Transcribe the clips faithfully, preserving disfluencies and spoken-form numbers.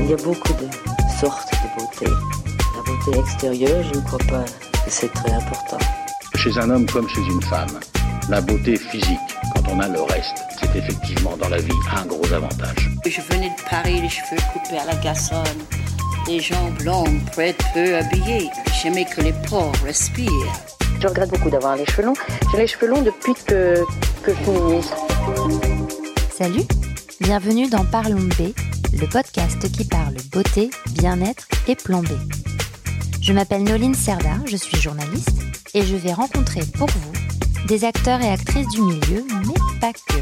Il y a beaucoup de sortes de beauté. La beauté extérieure, je ne crois pas que c'est très important. Chez un homme comme chez une femme, la beauté physique, quand on a le reste, c'est effectivement dans la vie un gros avantage. Je venais de Paris, les cheveux coupés à la garçonne, les jambes longues, prêtes, peu habillées. J'aimais que les pores respirent. Je regrette beaucoup d'avoir les cheveux longs. J'ai les cheveux longs depuis que, que je suis ministre. Salut, bienvenue dans Parlons B, le podcast qui parle beauté, bien-être et plan B. Je m'appelle Noline Serda, je suis journaliste et je vais rencontrer pour vous des acteurs et actrices du milieu, mais pas que.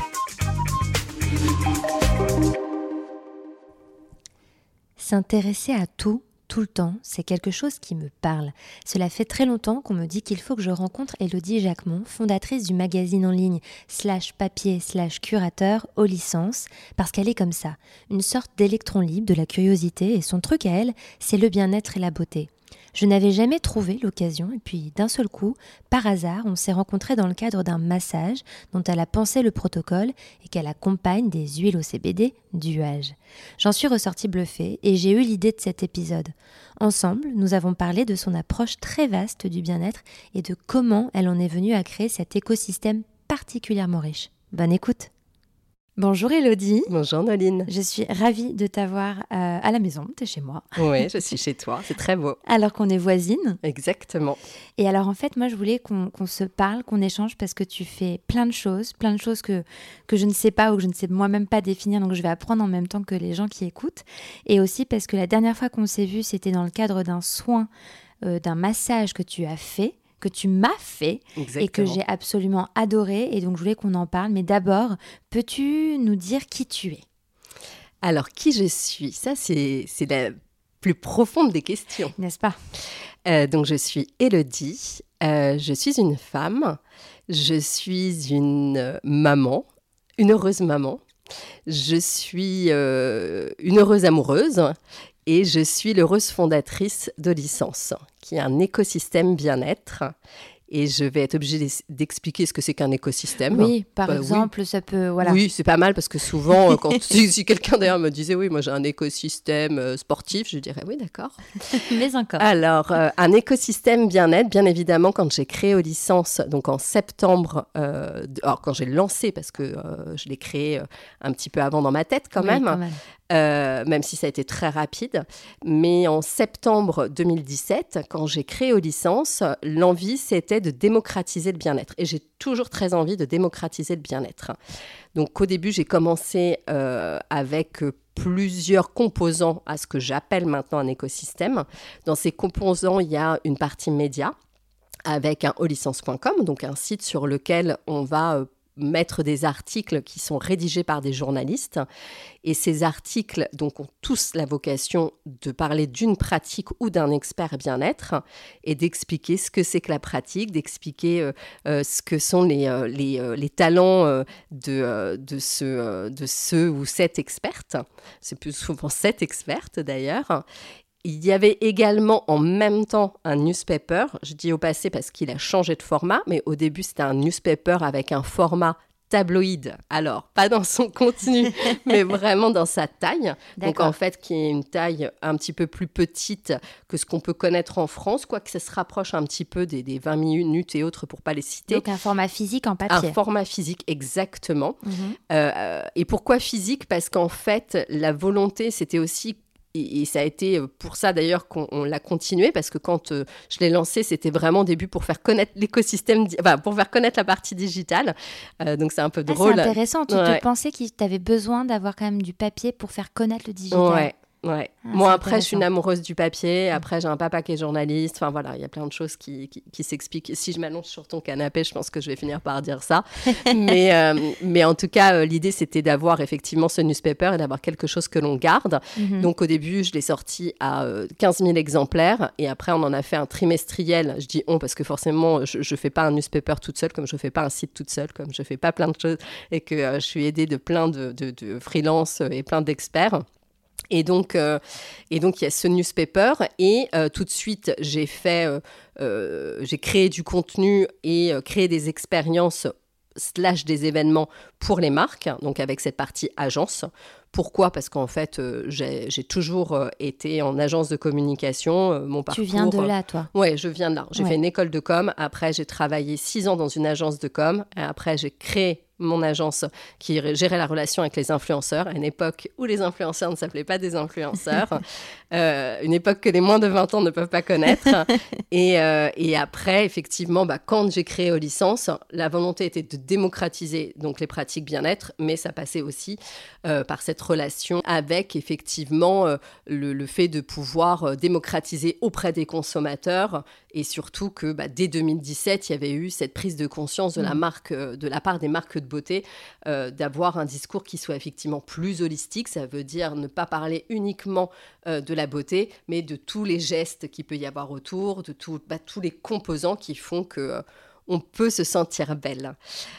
S'intéresser à tout, tout le temps, c'est quelque chose qui me parle. Cela fait très longtemps qu'on me dit qu'il faut que je rencontre Élodie Jacquemont, fondatrice du magazine en ligne slash papier slash curateur aux licences, parce qu'elle est comme ça, une sorte d'électron libre de la curiosité, et son truc à elle, c'est le bien-être et la beauté. Je n'avais jamais trouvé l'occasion et puis d'un seul coup, par hasard, on s'est rencontrés dans le cadre d'un massage dont elle a pensé le protocole et qu'elle accompagne des huiles au C B D d'Uage. J'en suis ressortie bluffée et j'ai eu l'idée de cet épisode. Ensemble, nous avons parlé de son approche très vaste du bien-être et de comment elle en est venue à créer cet écosystème particulièrement riche. Bonne écoute! Bonjour Élodie. Bonjour Noline. Je suis ravie de t'avoir euh, à la maison, t'es chez moi. Oui, je suis chez toi, c'est très beau. Alors qu'on est voisines. Exactement. Et alors en fait, moi je voulais qu'on, qu'on se parle, qu'on échange parce que tu fais plein de choses, plein de choses que, que je ne sais pas ou que je ne sais moi-même pas définir, donc je vais apprendre en même temps que les gens qui écoutent. Et aussi parce que la dernière fois qu'on s'est vu, c'était dans le cadre d'un soin, euh, d'un massage que tu as fait. que tu m'as fait. Exactement. Et que j'ai absolument adoré. Et donc, je voulais qu'on en parle. Mais d'abord, peux-tu nous dire qui tu es ? Alors, qui je suis ? Ça, c'est, c'est la plus profonde des questions. N'est-ce pas ? euh, Donc, je suis Élodie. Euh, je suis une femme. Je suis une maman, une heureuse maman. Je suis euh, une heureuse amoureuse. Et je suis l'heureuse fondatrice de Licence, qui est un écosystème bien-être. Et je vais être obligée d'expliquer ce que c'est qu'un écosystème. Oui, par bah, exemple, oui. ça peut... Voilà. Oui, c'est pas mal parce que souvent, quand, si, si quelqu'un d'ailleurs me disait « Oui, moi j'ai un écosystème euh, sportif », je dirais « Oui, d'accord. » Mais encore. Alors, euh, un écosystème bien-être, bien évidemment, quand j'ai créé aux licences, donc en septembre, euh, alors quand j'ai lancé, parce que euh, je l'ai créé euh, un petit peu avant dans ma tête quand oui, même, quand même. Euh, même si ça a été très rapide. Mais en septembre deux mille dix-sept, quand j'ai créé aux licences, l'envie, c'était de démocratiser le bien-être. Et j'ai toujours très envie de démocratiser le bien-être. Donc, au début, j'ai commencé euh, avec plusieurs composants à ce que j'appelle maintenant un écosystème. Dans ces composants, il y a une partie média avec un olicence point com, donc un site sur lequel on va euh, mettre des articles qui sont rédigés par des journalistes. Et ces articles donc, ont tous la vocation de parler d'une pratique ou d'un expert bien-être et d'expliquer ce que c'est que la pratique, d'expliquer euh, euh, ce que sont les, euh, les, euh, les talents euh, de, euh, de, ce, euh, de ce ou cette experte. C'est plus souvent cette experte d'ailleurs. Il y avait également en même temps un newspaper, je dis au passé parce qu'il a changé de format, mais au début c'était un newspaper avec un format tabloïd, alors pas dans son contenu, mais vraiment dans sa taille. D'accord. Donc en fait qui est une taille un petit peu plus petite que ce qu'on peut connaître en France, quoique ça se rapproche un petit peu des, des vingt minutes et autres pour ne pas les citer. Donc un format physique en papier. Un format physique, exactement. Mmh. Euh, et pourquoi physique ? Parce qu'en fait la volonté c'était aussi... Et, et ça a été pour ça d'ailleurs qu'on on l'a continué, parce que quand euh, je l'ai lancé, c'était vraiment au début pour faire connaître l'écosystème, enfin, pour faire connaître la partie digitale. Euh, donc c'est un peu drôle. Ah, c'est intéressant. Tu ouais. te pensais que tu avais besoin d'avoir quand même du papier pour faire connaître le digital. Ouais. Ouais. Ah, Moi, après, je suis une amoureuse du papier. Après, j'ai un papa qui est journaliste. Enfin, voilà, il y a plein de choses qui, qui, qui s'expliquent. Si je m'allonge sur ton canapé, je pense que je vais finir par dire ça. mais, euh, mais en tout cas, euh, l'idée, c'était d'avoir effectivement ce newspaper et d'avoir quelque chose que l'on garde. Mm-hmm. Donc, au début, je l'ai sorti à euh, quinze mille exemplaires. Et après, on en a fait un trimestriel. Je dis « on » parce que forcément, je ne fais pas un newspaper toute seule, comme je ne fais pas un site toute seule, comme je ne fais pas plein de choses. Et que euh, je suis aidée de plein de, de, de freelance et plein d'experts. Et donc, euh, et donc, il y a ce newspaper et euh, tout de suite, j'ai fait, euh, euh, j'ai créé du contenu et euh, créé des expériences slash des événements pour les marques, donc avec cette partie agence, Pourquoi ? Parce qu'en fait, euh, j'ai, j'ai toujours euh, été en agence de communication. Euh, mon parcours, tu viens de là, toi ? euh, Oui, je viens de là. J'ai ouais. fait une école de com. Après, j'ai travaillé six ans dans une agence de com. Et après, j'ai créé mon agence qui gérait la relation avec les influenceurs, à une époque où les influenceurs ne s'appelaient pas des influenceurs, euh, une époque que les moins de vingt ans ne peuvent pas connaître. et, euh, et après, effectivement, bah, quand j'ai créé Olicence, la volonté était de démocratiser donc, les pratiques bien-être, mais ça passait aussi euh, par cette relation avec, effectivement, euh, le, le fait de pouvoir euh, démocratiser auprès des consommateurs et surtout que bah, dès deux mille dix-sept, il y avait eu cette prise de conscience de la marque, euh, de la part des marques de beauté, euh, d'avoir un discours qui soit effectivement plus holistique. Ça veut dire ne pas parler uniquement euh, de la beauté, mais de tous les gestes qu'il peut y avoir autour, de tout, bah, tous les composants qui font que euh, on peut se sentir belle.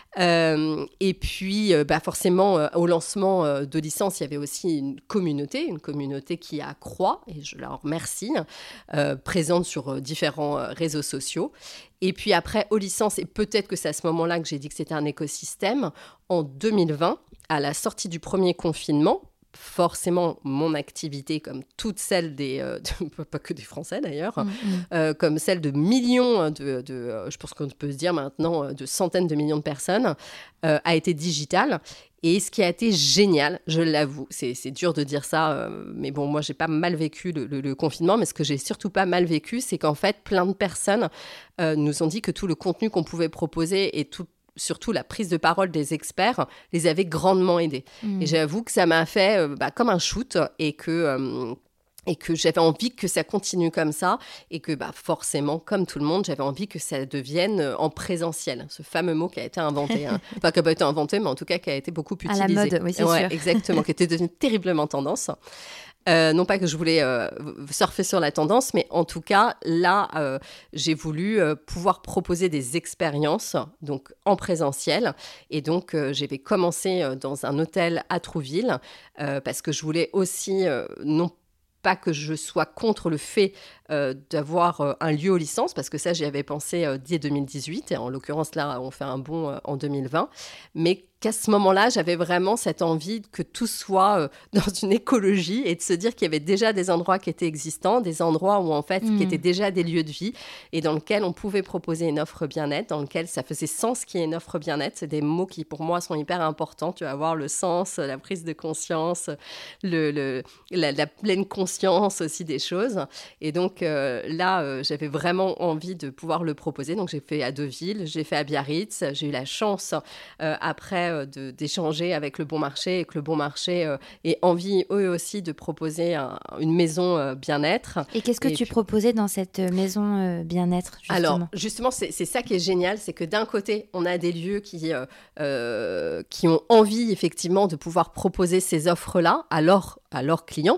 Euh, et puis, euh, bah forcément, euh, au lancement euh, de Licence, il y avait aussi une communauté, une communauté qui accroît, et je la remercie, euh, présente sur euh, différents euh, réseaux sociaux. Et puis après, au Licence, et peut-être que c'est à ce moment-là que j'ai dit que c'était un écosystème, en deux mille vingt, à la sortie du premier confinement, forcément, mon activité, comme toute celle des, euh, de, pas que des Français d'ailleurs, mmh, mmh. Euh, comme celle de millions de, de euh, je pense qu'on peut se dire maintenant, de centaines de millions de personnes, euh, a été digitale. Et ce qui a été génial, je l'avoue, c'est, c'est dur de dire ça, euh, mais bon, moi, j'ai pas mal vécu le, le, le confinement, mais ce que j'ai surtout pas mal vécu, c'est qu'en fait, plein de personnes euh, nous ont dit que tout le contenu qu'on pouvait proposer et tout surtout la prise de parole des experts, les avait grandement aidés. Mmh. Et j'avoue que ça m'a fait euh, bah, comme un shoot et que, euh, et que j'avais envie que ça continue comme ça et que bah, forcément, comme tout le monde, j'avais envie que ça devienne en présentiel. Ce fameux mot qui a été inventé, hein. Enfin, qui n'a pas été inventé, mais en tout cas qui a été beaucoup utilisé. À la mode, oui, c'est ouais, sûr. Exactement, qui était devenu terriblement tendance. Euh, non pas que je voulais euh, surfer sur la tendance, mais en tout cas, là, euh, j'ai voulu euh, pouvoir proposer des expériences donc en présentiel. Et donc, euh, j'ai commencé euh, dans un hôtel à Trouville euh, parce que je voulais aussi, euh, non pas que je sois contre le fait euh, d'avoir euh, un lieu aux licences, parce que ça, j'y avais pensé euh, dès deux mille dix-huit. Et en l'occurrence, là, on fait un bond euh, en deux mille vingt. Mais qu'à ce moment-là, j'avais vraiment cette envie que tout soit euh, dans une écologie et de se dire qu'il y avait déjà des endroits qui étaient existants, des endroits où, en fait, mmh. qui étaient déjà des lieux de vie et dans lesquels on pouvait proposer une offre bien-être, dans lequel ça faisait sens qu'il y ait une offre bien-être. C'est des mots qui, pour moi, sont hyper importants. Tu vas avoir le sens, la prise de conscience, le, le, la, la pleine conscience aussi des choses. Et donc, euh, là, euh, j'avais vraiment envie de pouvoir le proposer. Donc, j'ai fait à Deauville, j'ai fait à Biarritz. J'ai eu la chance, euh, après, De, d'échanger avec le Bon Marché et que le Bon Marché euh, ait envie, eux aussi, de proposer un, une maison euh, bien-être. Et qu'est-ce que et tu puis... proposais dans cette maison euh, bien-être, justement ? Alors, justement, c'est, c'est ça qui est génial, c'est que d'un côté, on a des lieux qui, euh, euh, qui ont envie, effectivement, de pouvoir proposer ces offres-là à, leur, à leurs clients.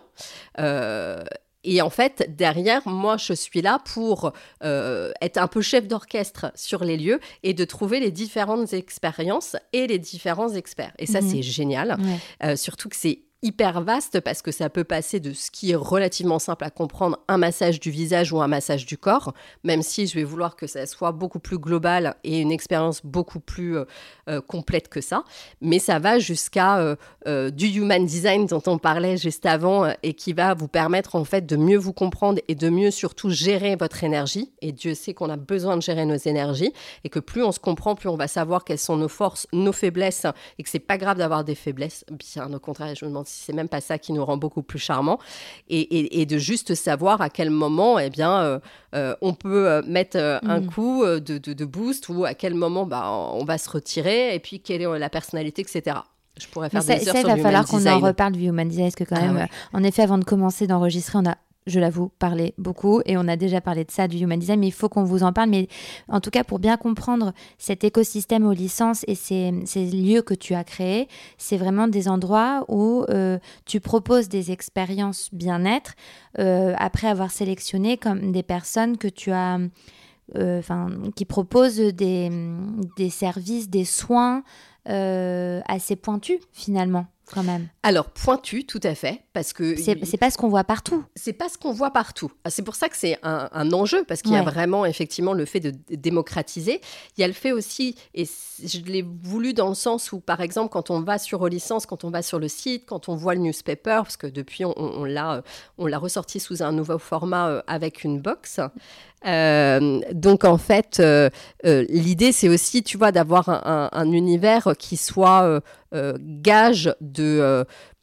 Euh, Et en fait, derrière, moi, je suis là pour euh, être un peu chef d'orchestre sur les lieux et de trouver les différentes expériences et les différents experts. Et ça, mmh. c'est génial. Ouais. Euh, surtout que c'est hyper vaste parce que ça peut passer de ce qui est relativement simple à comprendre, un massage du visage ou un massage du corps, même si je vais vouloir que ça soit beaucoup plus global et une expérience beaucoup plus euh, euh, complète que ça. Mais ça va jusqu'à euh, euh, du human design dont on parlait juste avant euh, et qui va vous permettre en fait de mieux vous comprendre et de mieux surtout gérer votre énergie. Et Dieu sait qu'on a besoin de gérer nos énergies et que plus on se comprend, plus on va savoir quelles sont nos forces, nos faiblesses et que c'est pas grave d'avoir des faiblesses. Bien au contraire, je me demande si c'est même pas ça qui nous rend beaucoup plus charmants, et, et, et de juste savoir à quel moment eh bien, euh, euh, on peut mettre euh, mmh. un coup de, de, de boost ou à quel moment bah, on va se retirer et puis quelle est la personnalité, et cetera. Je pourrais faire Mais des ça, heures ça, sur le human design. Il va falloir qu'on design. en reparle du human design, parce que quand ah, même, ouais. euh, en effet, avant de commencer d'enregistrer, on a je l'avoue, parler beaucoup et on a déjà parlé de ça, du human design, mais il faut qu'on vous en parle. Mais en tout cas, pour bien comprendre cet écosystème aux licences et ces, ces lieux que tu as créés, c'est vraiment des endroits où euh, tu proposes des expériences bien-être euh, après avoir sélectionné comme des personnes que tu as... Enfin, euh, qui proposent des, des services, des soins euh, assez pointus finalement. quand même. Alors, pointu, tout à fait, parce que... C'est, c'est pas ce qu'on voit partout. C'est pas ce qu'on voit partout. C'est pour ça que c'est un, un enjeu, parce qu'il ouais. y a vraiment, effectivement, le fait de démocratiser. Il y a le fait aussi, et je l'ai voulu dans le sens où, par exemple, quand on va sur Relicence, quand on va sur le site, quand on voit le newspaper, parce que depuis, on, on, l'a, on l'a ressorti sous un nouveau format avec une box. Euh, donc, en fait, euh, euh, l'idée, c'est aussi, tu vois, d'avoir un, un, un univers qui soit euh, euh, gage de... Euh,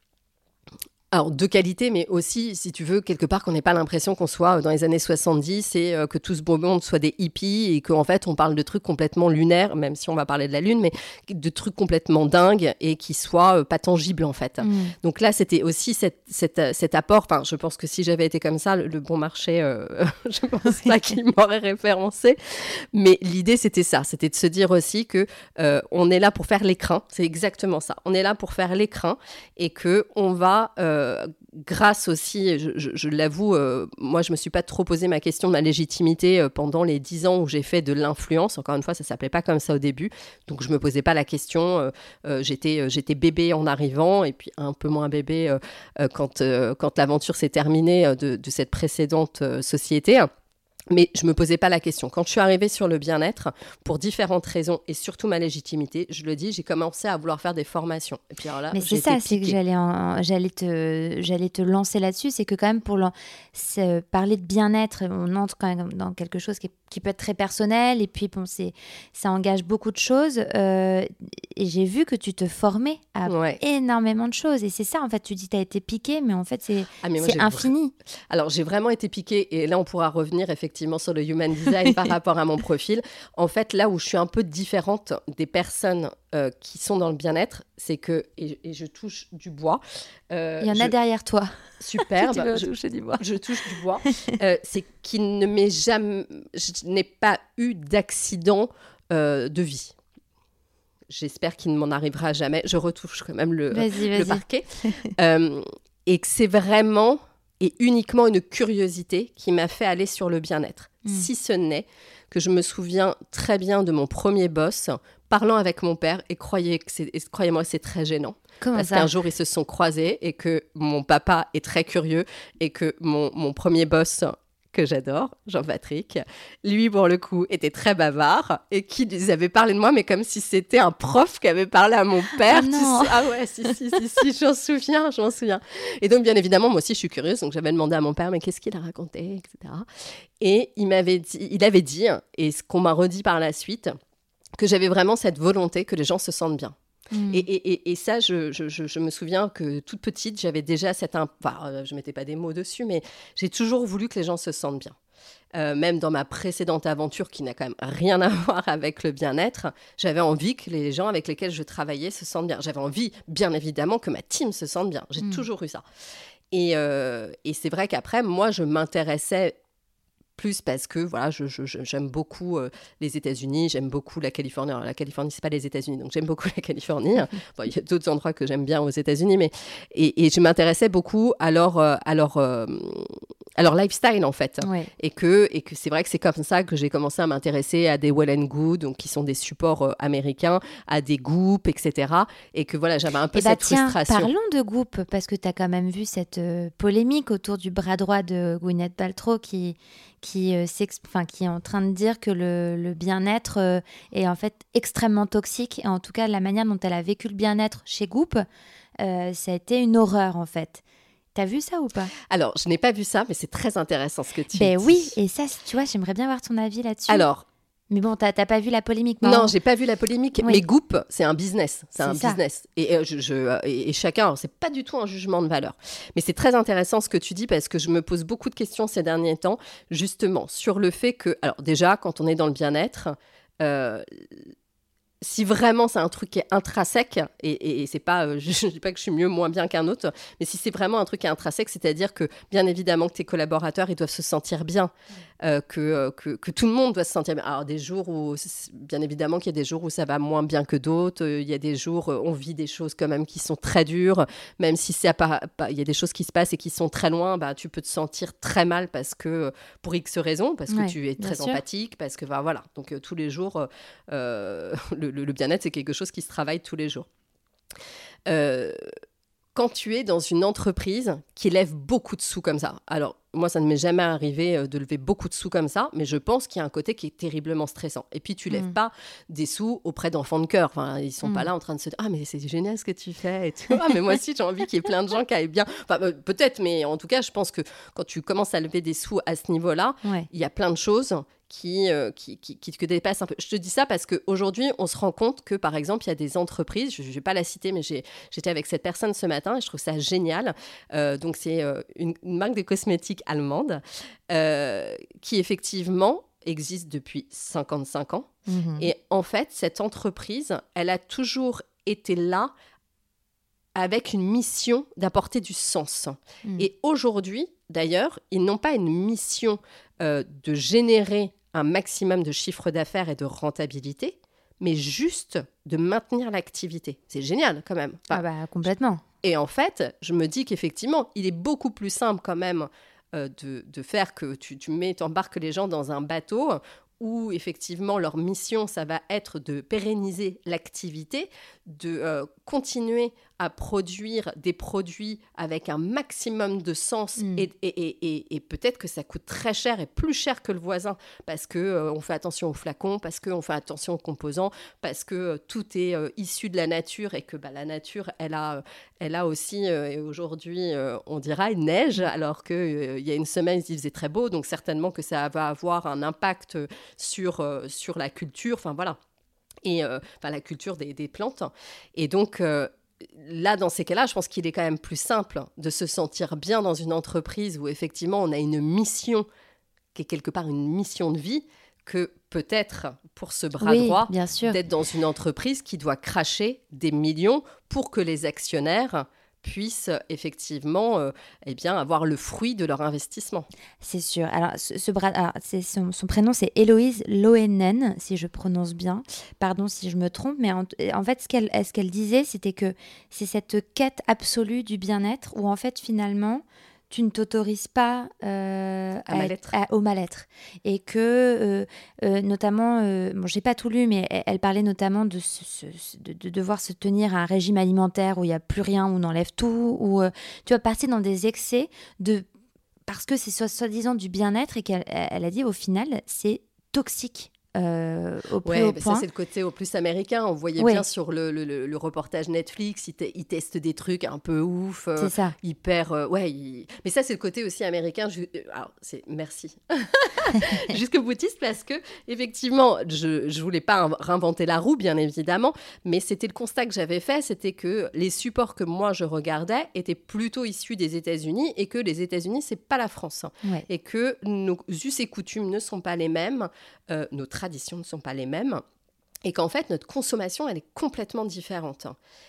Alors, de qualité, mais aussi, si tu veux, quelque part qu'on n'ait pas l'impression qu'on soit dans les années soixante-dix et euh, que tout ce beau monde soit des hippies et qu'en fait, on parle de trucs complètement lunaires, même si on va parler de la Lune, mais de trucs complètement dingues et qui soient euh, pas tangibles, en fait. Mmh. Donc là, c'était aussi cette, cette, cet apport. Enfin, je pense que si j'avais été comme ça, le, le bon marché, euh, je pense pas qu'il m'aurait référencé. Mais l'idée, c'était ça. C'était de se dire aussi que euh, on est là pour faire l'écrin. C'est exactement ça. On est là pour faire l'écrin et qu'on va... Euh, grâce aussi, je, je, je l'avoue, euh, moi je me suis pas trop posé ma question de ma légitimité euh, pendant les dix ans où j'ai fait de l'influence. Encore une fois, ça s'appelait pas comme ça au début, donc je me posais pas la question. Euh, euh, j'étais, euh, j'étais bébé en arrivant et puis un peu moins bébé euh, euh, quand, euh, quand l'aventure s'est terminée euh, de, de cette précédente euh, société. Mais je ne me posais pas la question. Quand je suis arrivée sur le bien-être, pour différentes raisons, et surtout ma légitimité, je le dis, j'ai commencé à vouloir faire des formations. Et puis alors là, mais c'est ça, c'est que j'allais, en, j'allais, te, j'allais te lancer là-dessus. C'est que quand même, pour le, parler de bien-être, on entre quand même dans quelque chose qui, est, qui peut être très personnel. Et puis, bon, c'est, ça engage beaucoup de choses. Euh, et j'ai vu que tu te formais à ouais. énormément de choses. Et c'est ça, en fait, tu dis, tu as été piquée, mais en fait, c'est, ah, mais moi, c'est infini. Vra... Alors, j'ai vraiment été piquée. Et là, on pourra revenir effectivement sur le human design par rapport à mon profil. En fait, là où je suis un peu différente des personnes euh, qui sont dans le bien-être, c'est que, et, et je touche du bois. Euh, Il y en je... a derrière toi. Superbe. je, toucher du bois. je touche du bois. euh, c'est qu'il ne m'est jamais... Je n'ai pas eu d'accident euh, de vie. J'espère qu'il ne m'en arrivera jamais. Je retouche quand même le, vas-y, vas-y. le parquet. euh, et que c'est vraiment... et uniquement une curiosité qui m'a fait aller sur le bien-être. Mmh. Si ce n'est que je me souviens très bien de mon premier boss parlant avec mon père et, croyez que c'est, et croyez-moi, c'est très gênant. Comment parce ça qu'un jour, ils se sont croisés et que mon papa est très curieux et que mon, mon premier boss... que j'adore, Jean-Patrick, lui, pour le coup, était très bavard et qui nous avait parlé de moi, mais comme si c'était un prof qui avait parlé à mon père. Ah non. Tu sais, ah ouais, si, si, si, si, j'en souviens, j'en souviens. Et donc, bien évidemment, moi aussi, je suis curieuse, donc j'avais demandé à mon père, mais qu'est-ce qu'il a raconté, et cetera. Et il m'avait dit, il avait dit, et ce qu'on m'a redit par la suite, que j'avais vraiment cette volonté que les gens se sentent bien. Mmh. Et, et, et ça, je, je, je me souviens que toute petite, j'avais déjà cette... Imp... Enfin, je ne mettais pas des mots dessus, mais j'ai toujours voulu que les gens se sentent bien. Euh, même dans ma précédente aventure, qui n'a quand même rien à voir avec le bien-être, j'avais envie que les gens avec lesquels je travaillais se sentent bien. J'avais envie, bien évidemment, que ma team se sente bien. J'ai mmh. toujours eu ça. Et, euh, et c'est vrai qu'après, moi, je m'intéressais... plus parce que voilà, je, je, j'aime beaucoup euh, les États-Unis, j'aime beaucoup la Californie. Alors, la Californie, c'est pas les États-Unis, donc j'aime beaucoup la Californie. Bon, il y a d'autres endroits que j'aime bien aux États-Unis, mais et, et je m'intéressais beaucoup à leur, euh, à leur, euh, à leur lifestyle en fait. Ouais. Et que et que c'est vrai que c'est comme ça que j'ai commencé à m'intéresser à des Well and Good, donc qui sont des supports euh, américains, à des Goop, et cetera. Et que voilà, j'avais un peu et cette bah tiens, frustration. Parlons de Goop parce que tu as quand même vu cette euh, polémique autour du bras droit de Gwyneth Paltrow qui Qui, euh, enfin, qui est en train de dire que le, le bien-être euh, est en fait extrêmement toxique. Et en tout cas, la manière dont elle a vécu le bien-être chez Goop, euh, ça a été une horreur en fait. T'as vu ça ou pas ? Alors, je n'ai pas vu ça, mais c'est très intéressant ce que tu ben dis. Oui, et ça, tu vois, j'aimerais bien avoir ton avis là-dessus. Alors, mais bon, t'as, t'as pas vu la polémique, non ? Non, j'ai pas vu la polémique. Oui. Mais Goop, c'est un business. C'est, c'est un ça. business. Et, euh, je, je, et, et chacun, alors, c'est pas du tout un jugement de valeur. Mais c'est très intéressant ce que tu dis parce que je me pose beaucoup de questions ces derniers temps, justement, sur le fait que, alors déjà, quand on est dans le bien-être, euh, si vraiment c'est un truc qui est intrinsèque, et, et, et c'est pas, euh, je ne dis pas que je suis mieux, moins bien qu'un autre, mais si c'est vraiment un truc qui est intrinsèque, c'est-à-dire que bien évidemment que tes collaborateurs, ils doivent se sentir bien, euh, que, euh, que, que tout le monde doit se sentir bien. Alors des jours où, bien évidemment qu'il y a des jours où ça va moins bien que d'autres, il y a des jours où on vit des choses quand même qui sont très dures, même si c'est pas, pas, il y a des choses qui se passent et qui sont très loin, bah, tu peux te sentir très mal parce que, pour X raisons, parce que ouais, tu es très empathique, parce que bah, voilà, donc euh, tous les jours, euh, le Le, le bien-être, c'est quelque chose qui se travaille tous les jours. Euh, quand tu es dans une entreprise qui lève beaucoup de sous comme ça, alors moi, ça ne m'est jamais arrivé de lever beaucoup de sous comme ça, mais je pense qu'il y a un côté qui est terriblement stressant. Et puis, tu ne lèves mmh. pas des sous auprès d'enfants de cœur. Enfin, ils ne sont mmh. pas là en train de se dire « Ah, mais c'est génial ce que tu fais. » et tu vois, mais moi aussi, j'ai envie qu'il y ait plein de gens qui aillent bien. Enfin, euh, peut-être, mais en tout cas, je pense que quand tu commences à lever des sous à ce niveau-là, ouais. il y a plein de choses qui, euh, qui, qui, qui te dépassent un peu. Je te dis ça parce qu'aujourd'hui, on se rend compte que, par exemple, il y a des entreprises, je ne vais pas la citer, mais j'ai, j'étais avec cette personne ce matin et je trouve ça génial. Euh, donc, c'est euh, une, une marque de cosmétiques allemande euh, qui, effectivement, existe depuis cinquante-cinq ans. Mmh. Et en fait, cette entreprise, elle a toujours été là avec une mission d'apporter du sens. Mmh. Et aujourd'hui, d'ailleurs, ils n'ont pas une mission euh, de générer un maximum de chiffre d'affaires et de rentabilité, mais juste de maintenir l'activité. C'est génial quand même. Enfin, ah bah complètement. Et en fait, je me dis qu'effectivement, il est beaucoup plus simple quand même euh, de, de faire que tu, tu mets, t'embarques les gens dans un bateau où effectivement leur mission, ça va être de pérenniser l'activité, de euh, continuer à produire des produits avec un maximum de sens mmh. et, et, et, et, et peut-être que ça coûte très cher et plus cher que le voisin parce qu'on euh, fait attention aux flacons, parce qu'on fait attention aux composants, parce que euh, tout est euh, issu de la nature et que bah, la nature, elle a, euh, elle a aussi, euh, et aujourd'hui, euh, on dira, une neige, alors qu'il euh, y a une semaine, il faisait très beau, donc certainement que ça va avoir un impact sur, euh, sur la culture, enfin voilà, et euh, enfin, la culture des, des plantes. Et donc, euh, là, dans ces cas-là, je pense qu'il est quand même plus simple de se sentir bien dans une entreprise où effectivement on a une mission qui est quelque part une mission de vie que peut-être pour ce bras oui, droit bien sûr. d'être dans une entreprise qui doit cracher des millions pour que les actionnaires puissent effectivement euh, eh bien, avoir le fruit de leur investissement. C'est sûr. Alors, ce, ce bras, alors c'est son, son prénom, c'est Héloïse Loenen, si je prononce bien. Pardon si je me trompe, mais en, en fait, ce qu'elle, ce qu'elle disait, c'était que c'est cette quête absolue du bien-être où, en fait, finalement, tu ne t'autorises pas euh, à à être, à, au mal-être. Et que, euh, euh, notamment, euh, bon, je n'ai pas tout lu, mais elle, elle parlait notamment de, ce, ce, de, de devoir se tenir à un régime alimentaire où il n'y a plus rien, où on enlève tout, où euh, tu vas partir dans des excès de, parce que c'est so, soi-disant du bien-être et qu'elle elle a dit, au final, c'est toxique. Euh, au plus ouais, haut bah point. Ça, c'est le côté au plus américain. On voyait ouais. bien sur le, le, le, le reportage Netflix, ils, te, ils testent des trucs un peu ouf. Euh, c'est ça. Hyper. Euh, ouais, ils... Mais ça, c'est le côté aussi américain. Je... Alors, c'est... Merci. Jusqu'au boutiste, parce que, effectivement, je ne voulais pas réinventer la roue, bien évidemment, mais c'était le constat que j'avais fait, c'était que les supports que moi, je regardais étaient plutôt issus des États-Unis et que les États-Unis, ce n'est pas la France. Ouais. Et que nos us et coutumes ne sont pas les mêmes, euh, nos traditions ne sont pas les mêmes, et qu'en fait, notre consommation, elle est complètement différente.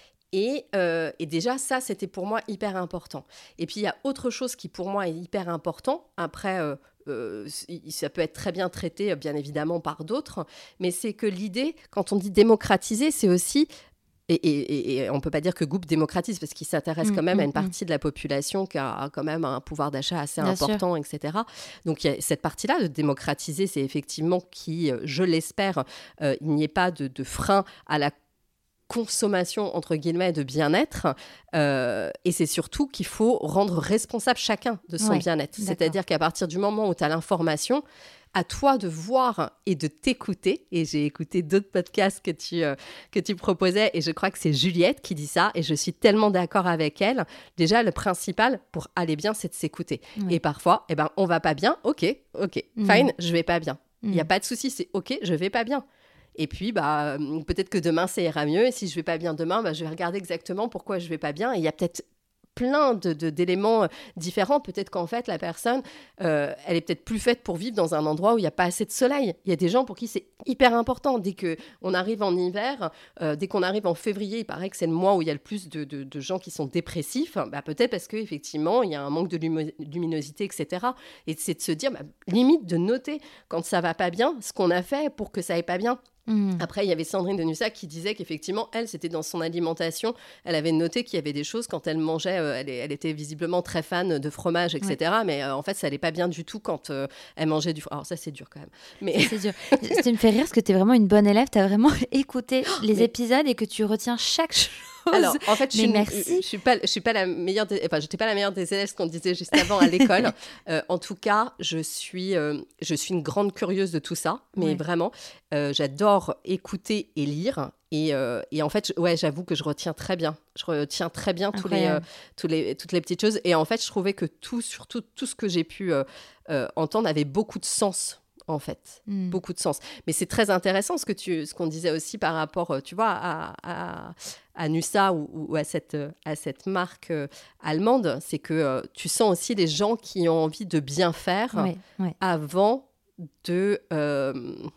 Et, euh, et déjà, ça, c'était pour moi hyper important. Et puis, il y a autre chose qui, pour moi, est hyper important. Après, euh, euh, ça peut être très bien traité, bien évidemment, par d'autres. Mais c'est que l'idée, quand on dit démocratiser, c'est aussi... Et, et, et on ne peut pas dire que Goop démocratise parce qu'il s'intéresse mmh, quand même mmh, à une partie mmh. de la population qui a quand même un pouvoir d'achat assez bien important, sûr. et cetera. Donc, il y a cette partie-là de démocratiser, c'est effectivement qui, je l'espère, euh, il n'y ait pas de, de frein à la consommation, entre guillemets, de bien-être. Euh, et c'est surtout qu'il faut rendre responsable chacun de son ouais, bien-être. D'accord. C'est-à-dire qu'à partir du moment où tu as l'information, à toi de voir et de t'écouter. Et j'ai écouté d'autres podcasts que tu, euh, que tu proposais et je crois que c'est Juliette qui dit ça et je suis tellement d'accord avec elle. Déjà, le principal pour aller bien, c'est de s'écouter. Oui. Et parfois, eh ben, on ne va pas bien. OK, OK, mmh. fine, je ne vais pas bien. Il mmh. n'y a pas de souci, c'est OK, je ne vais pas bien. Et puis, bah, peut-être que demain, ça ira mieux. Et si je ne vais pas bien demain, bah, je vais regarder exactement pourquoi je ne vais pas bien. Et il y a peut-être plein de, de, d'éléments différents. Peut-être qu'en fait, la personne, euh, elle est peut-être plus faite pour vivre dans un endroit où il n'y a pas assez de soleil. Il y a des gens pour qui c'est hyper important. Dès qu'on arrive en hiver, euh, dès qu'on arrive en février, il paraît que c'est le mois où il y a le plus de, de, de gens qui sont dépressifs. Bah, peut-être parce qu'effectivement, il y a un manque de luminosité, et cetera. Et c'est de se dire, bah, limite de noter quand ça ne va pas bien, ce qu'on a fait pour que ça n'aille pas bien. Mmh. Après, il y avait Sandrine Denussac qui disait qu'effectivement, elle, c'était dans son alimentation. Elle avait noté qu'il y avait des choses quand elle mangeait. Euh, elle, elle était visiblement très fan de fromage, et cetera. Ouais. Mais euh, en fait, ça n'allait pas bien du tout quand euh, elle mangeait du fromage. Alors ça, c'est dur quand même. Mais... C'est dur. Ça me fait rire parce que tu es vraiment une bonne élève. Tu as vraiment écouté les mais... épisodes et que tu retiens chaque chose. Alors, en fait, je suis, merci. Je, je suis pas, je suis pas la meilleure, des, enfin, j'étais pas la meilleure des élèves, ce qu'on disait juste avant à l'école. euh, en tout cas, je suis, euh, je suis une grande curieuse de tout ça, mais ouais. vraiment, euh, j'adore écouter et lire. Et, euh, et en fait, je, ouais, j'avoue que je retiens très bien. Je retiens très bien tous les, euh, tous les, toutes les petites choses. Et en fait, je trouvais que tout, surtout tout ce que j'ai pu euh, euh, entendre avait beaucoup de sens. En fait, mm. beaucoup de sens. Mais c'est très intéressant ce, que tu, ce qu'on disait aussi par rapport, tu vois, à, à, à Nusa ou, ou à, cette, à cette marque euh, allemande. C'est que euh, tu sens aussi les gens qui ont envie de bien faire ouais, ouais. avant de... Euh,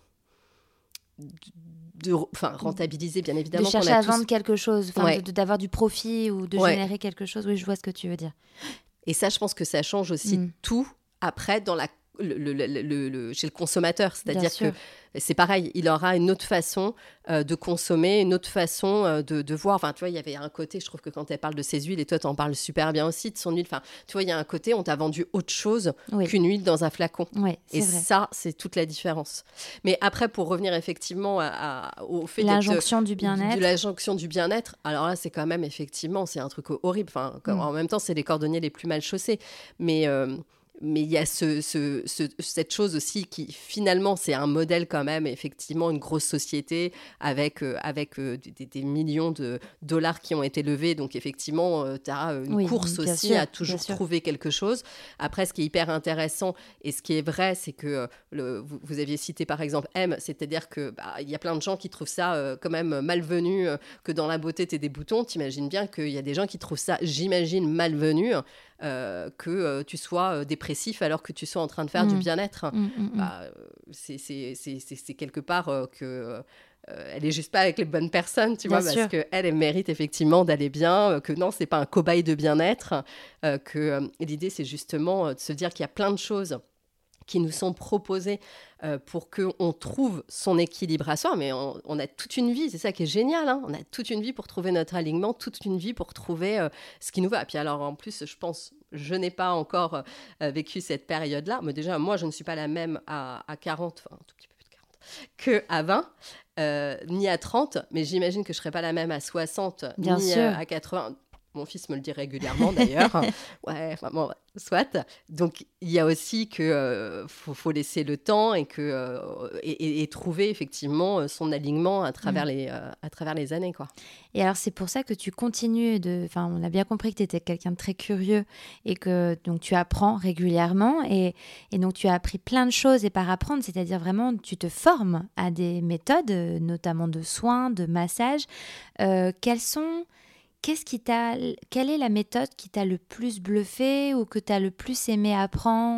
de enfin, rentabiliser, bien évidemment. De chercher qu'on a à tous... vendre quelque chose, ouais. de, de, d'avoir du profit ou de ouais. générer quelque chose. Oui, je vois ce que tu veux dire. Et ça, je pense que ça change aussi mm. tout après dans la Le, le, le, le, le, chez le consommateur, c'est-à-dire que c'est pareil, il aura une autre façon euh, de consommer, une autre façon euh, de, de voir. Enfin, tu vois, il y avait un côté, je trouve que quand elle parle de ses huiles, et toi, t'en parles super bien aussi de son huile. Enfin, tu vois, il y a un côté, on t'a vendu autre chose oui. qu'une huile dans un flacon. Oui, c'est et vrai. Ça, c'est toute la différence. Mais après, pour revenir effectivement à, à, au fait l'injonction du bien-être, de l'injonction du bien-être. Alors là, c'est quand même effectivement, c'est un truc horrible. Enfin, comme, mm. en même temps, c'est les cordonniers les plus mal chaussés. Mais euh, Mais il y a ce, ce, ce, cette chose aussi qui, finalement, c'est un modèle quand même, effectivement, une grosse société avec, euh, avec euh, des, des millions de dollars qui ont été levés. Donc, effectivement, euh, tu as une oui, course aussi sûr, à toujours trouver quelque chose. Après, ce qui est hyper intéressant et ce qui est vrai, c'est que euh, le, vous, vous aviez cité, par exemple, M, c'est-à-dire qu'il bah, y a plein de gens qui trouvent ça euh, quand même malvenu, euh, que dans la beauté, tu aies des boutons. T'imagines bien qu'il y a des gens qui trouvent ça, j'imagine, malvenu. Euh, que euh, tu sois euh, dépressif alors que tu sois en train de faire mmh. du bien-être. Mmh, mmh, bah, euh, c'est, c'est, c'est, c'est, c'est quelque part euh, que euh, elle est juste pas avec les bonnes personnes, tu bien vois, sûr. Parce qu'elle, elle mérite effectivement d'aller bien, euh, que non, c'est pas un cobaye de bien-être, euh, que euh, l'idée, c'est justement euh, de se dire qu'il y a plein de choses qui nous sont proposées euh, pour qu'on trouve son équilibre à soi. Mais on, on a toute une vie, c'est ça qui est génial. Hein, on a toute une vie pour trouver notre alignement, toute une vie pour trouver euh, ce qui nous va. Et puis alors, en plus, je pense, je n'ai pas encore euh, vécu cette période-là. Mais déjà, moi, je ne suis pas la même à, à quarante, enfin, un tout petit peu plus de quarante, qu'à vingt, euh, ni à trente. Mais j'imagine que je ne serai pas la même à soixante, Bien ni sûr. Euh, à quatre-vingts. Mon fils me le dit régulièrement, d'ailleurs. ouais, enfin bon, soit. Donc, il y a aussi qu'il euh, faut, faut laisser le temps et, que, euh, et, et, et trouver effectivement son alignement à travers, mmh. les, euh, à travers les années, quoi. Et alors, c'est pour ça que tu continues de... Enfin, on a bien compris que tu étais quelqu'un de très curieux et que donc, tu apprends régulièrement. Et, et donc, tu as appris plein de choses et par apprendre, c'est-à-dire vraiment, tu te formes à des méthodes, notamment de soins, de massage. Euh, quelles sont... Qu'est-ce qui t'a, quelle est la méthode qui t'a le plus bluffé ou que t'as le plus aimé apprendre ?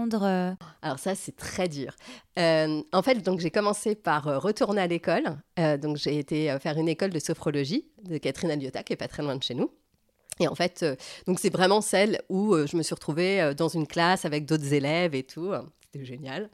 Alors ça, c'est très dur. Euh, en fait, donc, j'ai commencé par euh, retourner à l'école. Euh, donc, j'ai été euh, faire une école de sophrologie de Catherine Aliotta, qui est pas très loin de chez nous. Et en fait, euh, donc, c'est vraiment celle où euh, je me suis retrouvée euh, dans une classe avec d'autres élèves et tout. C'était génial.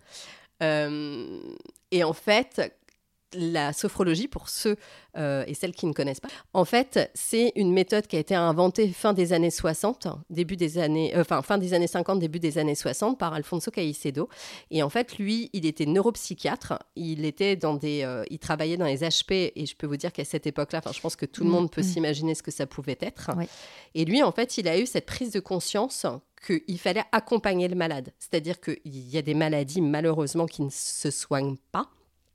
Euh, et en fait... La sophrologie, pour ceux euh, et celles qui ne connaissent pas, en fait, c'est une méthode qui a été inventée fin des années soixante, début des années, euh, enfin, fin des années cinquante, début des années soixante, par Alfonso Caicedo. Et en fait, lui, il était neuropsychiatre. Il était dans des, euh, il travaillait dans les H P. Et je peux vous dire qu'à cette époque-là, enfin, je pense que tout le monde peut mmh. s'imaginer ce que ça pouvait être. Oui. Et lui, en fait, il a eu cette prise de conscience qu'il fallait accompagner le malade. C'est-à-dire qu'il y a des maladies, malheureusement, qui ne se soignent pas,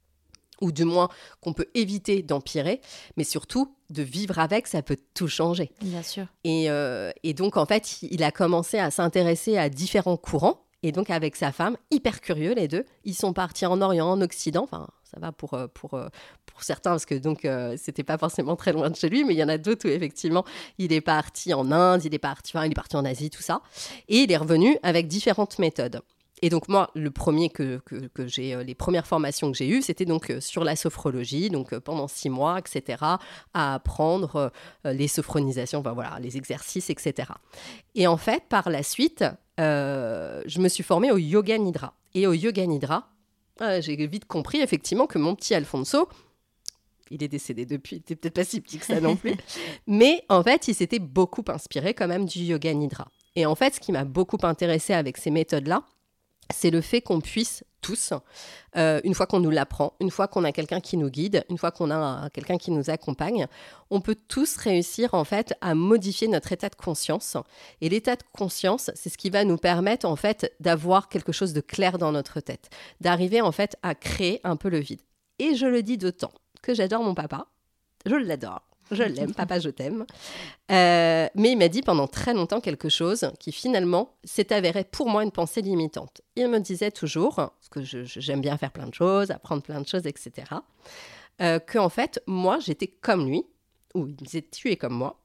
ou du moins qu'on peut éviter d'empirer, mais surtout de vivre avec, ça peut tout changer. Bien sûr. Et, euh, et donc, en fait, il a commencé à s'intéresser à différents courants, et donc avec sa femme, hyper curieux les deux, ils sont partis en Orient, en Occident, enfin, ça va pour, pour, pour certains, parce que donc, euh, c'était pas forcément très loin de chez lui, mais il y en a d'autres où, effectivement, il est parti en Inde, il est parti, enfin, il est parti en Asie, tout ça, et il est revenu avec différentes méthodes. Et donc moi, le premier que, que, que j'ai, euh, les premières formations que j'ai eues, c'était donc euh, sur la sophrologie, donc euh, pendant six mois, et cetera, à apprendre euh, les sophronisations, enfin voilà, les exercices, et cetera. Et en fait, par la suite, euh, je me suis formée au Yoga Nidra. Et au Yoga Nidra, euh, j'ai vite compris effectivement que mon petit Alfonso, il est décédé depuis, il n'était peut-être pas si petit que ça non plus, mais en fait, il s'était beaucoup inspiré quand même du Yoga Nidra. Et en fait, ce qui m'a beaucoup intéressée avec ces méthodes-là, c'est le fait qu'on puisse tous, euh, une fois qu'on nous l'apprend, une fois qu'on a quelqu'un qui nous guide, une fois qu'on a un, quelqu'un qui nous accompagne, on peut tous réussir en fait à modifier notre état de conscience. Et l'état de conscience, c'est ce qui va nous permettre en fait d'avoir quelque chose de clair dans notre tête, d'arriver en fait à créer un peu le vide. Et je le dis d'autant que j'adore mon papa, je l'adore. Je l'aime, papa, je t'aime. Euh, mais il m'a dit pendant très longtemps quelque chose qui finalement s'est avéré pour moi une pensée limitante. Il me disait toujours, parce que je, je, j'aime bien faire plein de choses, apprendre plein de choses, et cetera, euh, qu'en fait, moi, j'étais comme lui, ou il me disait, tu es comme moi.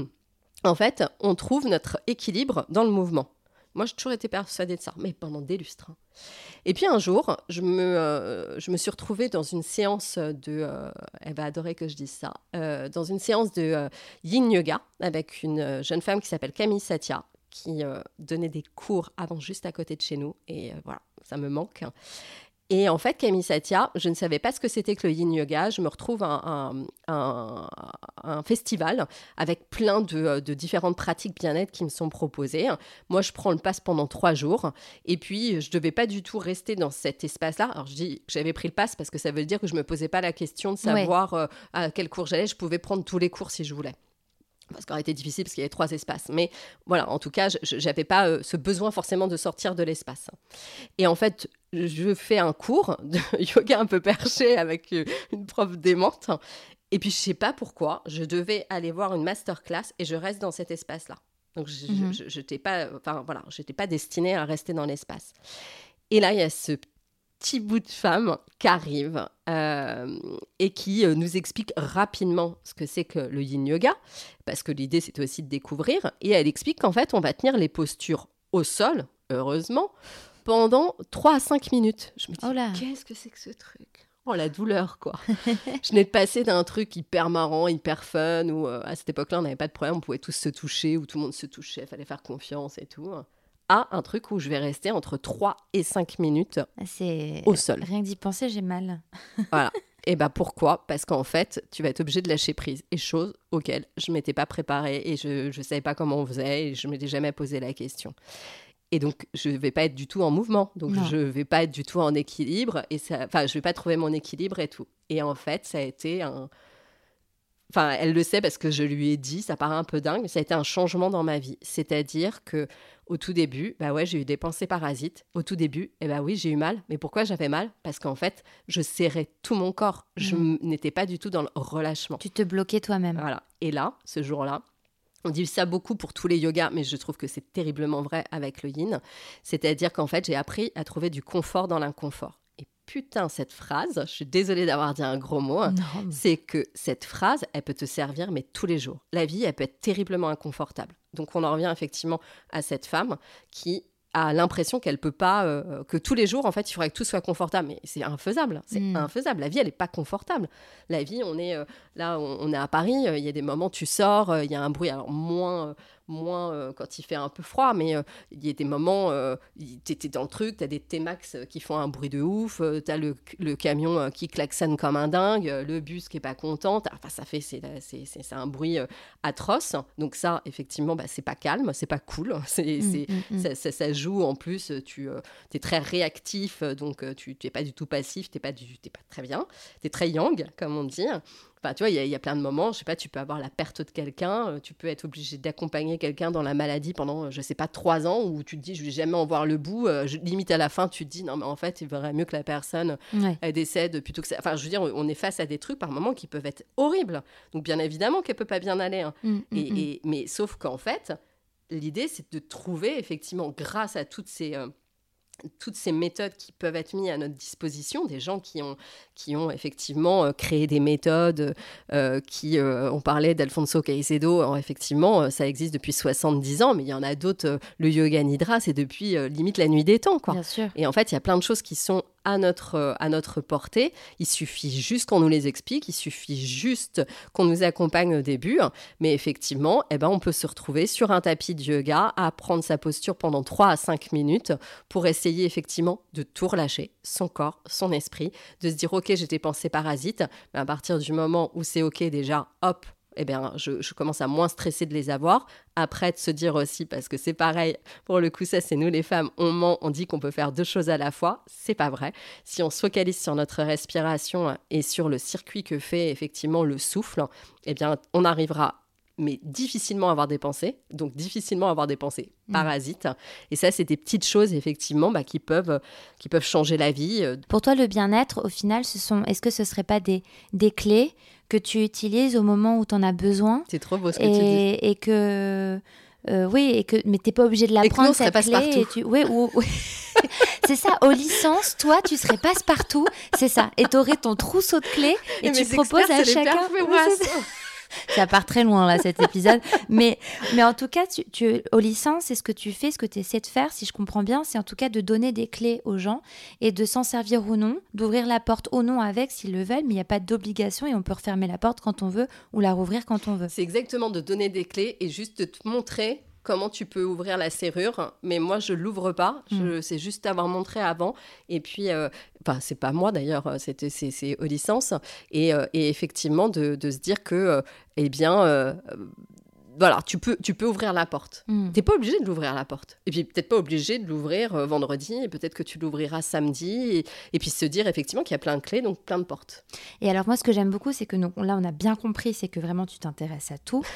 En fait, on trouve notre équilibre dans le mouvement. Moi, j'ai toujours été persuadée de ça, mais pendant des lustres. Et puis un jour, je me, euh, je me suis retrouvée dans une séance de... Euh, elle va adorer que je dise ça. Euh, dans une séance de euh, yin yoga avec une jeune femme qui s'appelle Camille Satia, qui euh, donnait des cours avant juste à côté de chez nous. Et euh, voilà, ça me manque. Et en fait, Camille Satia, je ne savais pas ce que c'était que le yin yoga. Je me retrouve à un, un, un festival avec plein de, de différentes pratiques bien-être qui me sont proposées. Moi, je prends le pass pendant trois jours. Et puis, je ne devais pas du tout rester dans cet espace-là. Alors, je dis que j'avais pris le pass parce que ça veut dire que je ne me posais pas la question de savoir ouais. euh, à quel cours j'allais. Je pouvais prendre tous les cours si je voulais. Parce qu'aurait été difficile parce qu'il y avait trois espaces. Mais voilà, en tout cas, je n'avais pas euh, ce besoin forcément de sortir de l'espace. Et en fait, je fais un cours de yoga un peu perché avec une prof démente. Et puis, je ne sais pas pourquoi, je devais aller voir une masterclass et je reste dans cet espace-là. Donc, je n'étais mm-hmm. pas, enfin, voilà, j'étais pas destinée à rester dans l'espace. Et là, il y a ce petit bout de femme qui arrive euh, et qui euh, nous explique rapidement ce que c'est que le yin yoga, parce que l'idée, c'était aussi de découvrir. Et elle explique qu'en fait, on va tenir les postures au sol, heureusement, pendant trois à cinq minutes. Je me dis, oh qu'est-ce que c'est que ce truc ? Oh, la douleur, quoi. Je venais de passer d'un truc hyper marrant, hyper fun, où euh, à cette époque-là, on n'avait pas de problème, on pouvait tous se toucher, où tout le monde se touchait, il fallait faire confiance et tout, à un truc où je vais rester entre trois et cinq minutes c'est... au sol. Rien que d'y penser, j'ai mal. Voilà. Et bien, pourquoi ? Parce qu'en fait, tu vas être obligé de lâcher prise. Et chose auxquelles je ne m'étais pas préparée et je ne savais pas comment on faisait et je ne m'étais jamais posé la question. Et donc, je ne vais pas être du tout en mouvement. Donc, non. je ne vais pas être du tout en équilibre. Et ça, enfin, je ne vais pas trouver mon équilibre et tout. Et en fait, ça a été un... Enfin, elle le sait parce que je lui ai dit, ça paraît un peu dingue, mais ça a été un changement dans ma vie. C'est-à-dire qu'au tout début, bah ouais, j'ai eu des pensées parasites. Au tout début, eh bah oui, j'ai eu mal. Mais pourquoi j'avais mal ? Parce qu'en fait, je serrais tout mon corps. Mmh. Je n'étais pas du tout dans le relâchement. Tu te bloquais toi-même. Voilà. Et là, ce jour-là, on dit ça beaucoup pour tous les yogas, mais je trouve que c'est terriblement vrai avec le yin. C'est-à-dire qu'en fait, j'ai appris à trouver du confort dans l'inconfort. Et putain, cette phrase, je suis désolée d'avoir dit un gros mot, non, mais... c'est que cette phrase, elle peut te servir, mais tous les jours. La vie, elle peut être terriblement inconfortable. Donc, on en revient effectivement à cette femme qui a l'impression qu'elle peut pas, euh, que tous les jours, en fait, il faudrait que tout soit confortable. Mais c'est infaisable, c'est mmh. infaisable. La vie, elle n'est pas confortable. La vie, on est, euh, là, on, on est à Paris, il euh, y a des moments, tu sors, il euh, y a un bruit, alors moins... Euh, moins euh, quand il fait un peu froid, mais il euh, y a des moments, euh, t'es dans le truc, t'as des T-Max qui font un bruit de ouf, euh, t'as le, le camion euh, qui klaxonne comme un dingue, euh, le bus qui est pas content, enfin ça fait, c'est, c'est, c'est, c'est un bruit euh, atroce, donc ça, effectivement, bah, c'est pas calme, c'est pas cool, c'est, mmh, c'est, mmh, ça, ça, ça joue, en plus, tu euh, es très réactif, donc euh, tu n'es pas du tout passif, t'es pas, du, t'es pas très bien, t'es très yang, comme on dit. Enfin, tu vois, il y, y a plein de moments, je sais pas, tu peux avoir la perte de quelqu'un, euh, tu peux être obligé d'accompagner quelqu'un dans la maladie pendant, je sais pas, trois ans, où tu te dis, je vais jamais en voir le bout, euh, je, limite à la fin, tu te dis, non, mais en fait, il vaudrait mieux que la personne ouais. elle décède plutôt que ça. Enfin, je veux dire, on est face à des trucs par moments qui peuvent être horribles. Donc, bien évidemment qu'elle peut pas bien aller. Hein. Mmh, et, mmh. Et, mais sauf qu'en fait, l'idée, c'est de trouver, effectivement, grâce à toutes ces... Euh, toutes ces méthodes qui peuvent être mises à notre disposition, des gens qui ont, qui ont effectivement euh, créé des méthodes, euh, qui, euh, on parlait d'Alfonso Caicedo, alors, effectivement, euh, ça existe depuis soixante-dix ans, mais il y en a d'autres, euh, le yoga nidra, c'est depuis euh, limite la nuit des temps, quoi. Bien sûr. Et en fait, il y a plein de choses qui sont à notre, à notre portée. Il suffit juste qu'on nous les explique, il suffit juste qu'on nous accompagne au début, mais effectivement, eh ben, on peut se retrouver sur un tapis de yoga à prendre sa posture pendant trois à cinq minutes pour essayer effectivement de tout relâcher, son corps, son esprit, de se dire « Ok, j'ai des pensées parasites », mais à partir du moment où c'est ok déjà, hop, eh bien, je, je commence à moins stresser de les avoir. Après, de se dire aussi, parce que c'est pareil, pour le coup, ça, c'est nous les femmes, on ment, on dit qu'on peut faire deux choses à la fois. C'est pas vrai. Si on se focalise sur notre respiration et sur le circuit que fait effectivement le souffle, eh bien, on arrivera mais difficilement avoir des pensées, donc difficilement avoir des pensées parasites. Mmh. Et ça, c'est des petites choses, effectivement, bah, qui, peuvent, qui peuvent changer la vie. Pour toi, le bien-être, au final, ce sont, est-ce que ce ne serait pas des, des clés que tu utilises au moment où tu en as besoin ? C'est trop beau ce que et, tu dis. Et que... Euh, oui, et que, mais tu n'es pas obligé de l'apprendre, cette clé. Passe-partout. Et tu, oui, ou, oui. C'est ça, aux licences, toi, tu serais passe-partout, c'est ça. Et tu aurais ton trousseau de clés et, et tu proposes à chacun... Ça part très loin, là, cet épisode. Mais, mais en tout cas, tu, tu, aux licences, c'est ce que tu fais, ce que tu essaies de faire, si je comprends bien, c'est en tout cas de donner des clés aux gens et de s'en servir ou non, d'ouvrir la porte ou non avec s'ils le veulent, mais il n'y a pas d'obligation et on peut refermer la porte quand on veut ou la rouvrir quand on veut. C'est exactement de donner des clés et juste de te montrer comment tu peux ouvrir la serrure, mais moi je l'ouvre pas, je, mmh. c'est juste avoir montré avant, et puis, euh, enfin c'est pas moi d'ailleurs, c'était, c'est, c'est aux licences, et, euh, et effectivement de, de se dire que, euh, eh bien, euh, voilà, tu peux, tu peux ouvrir la porte. Mmh. T'es pas obligé de l'ouvrir la porte. Et puis peut-être pas obligé de l'ouvrir euh, vendredi, et peut-être que tu l'ouvriras samedi, et, et puis se dire effectivement qu'il y a plein de clés, donc plein de portes. Et alors moi ce que j'aime beaucoup, c'est que nous, là on a bien compris, c'est que vraiment tu t'intéresses à tout.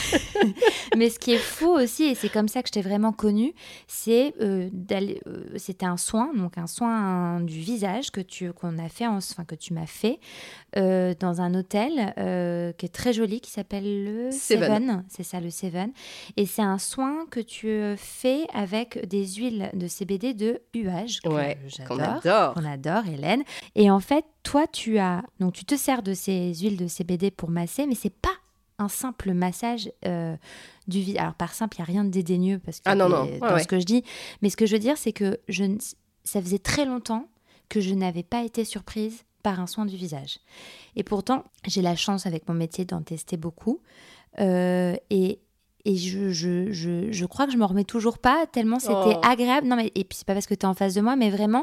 Mais ce qui est fou aussi, et c'est comme ça que je t'ai vraiment connue, c'est euh, d'aller, euh, c'était un soin, donc un soin du visage que tu, qu'on a fait, en, enfin que tu m'as fait euh, dans un hôtel euh, qui est très joli, qui s'appelle le Seven. Seven. C'est ça, le Seven. Et c'est un soin que tu fais avec des huiles de C B D de Huage, que ouais, j'adore, qu'on adore. qu'on adore, Hélène. Et en fait, toi, tu as, donc tu te sers de ces huiles de C B D pour masser, mais c'est pas un simple massage euh, du visage. Alors par simple, il n'y a rien de dédaigneux parce que ah, non, non. dans ouais, ce que je dis. Mais ce que je veux dire, c'est que je, ça faisait très longtemps que je n'avais pas été surprise par un soin du visage. Et pourtant, j'ai la chance avec mon métier d'en tester beaucoup. Euh, et et je, je, je, je crois que je ne me remets toujours pas tellement c'était oh. agréable. Non, mais, et puis, c'est pas parce que tu es en face de moi, mais vraiment,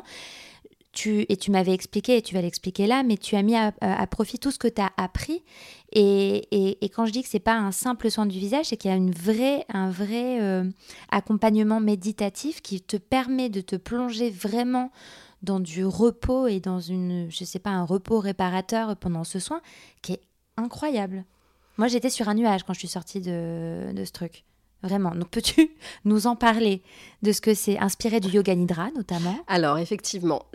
tu, et tu m'avais expliqué, et tu vas l'expliquer là, mais tu as mis à, à, à profit tout ce que tu as appris. Et, et, et quand je dis que ce n'est pas un simple soin du visage, c'est qu'il y a une vraie, un vrai euh, accompagnement méditatif qui te permet de te plonger vraiment dans du repos et dans une, je sais pas, un repos réparateur pendant ce soin qui est incroyable. Moi, j'étais sur un nuage quand je suis sortie de, de ce truc. Vraiment. Donc, peux-tu nous en parler de ce que c'est, inspiré du Yoga Nidra, notamment ? Alors, effectivement,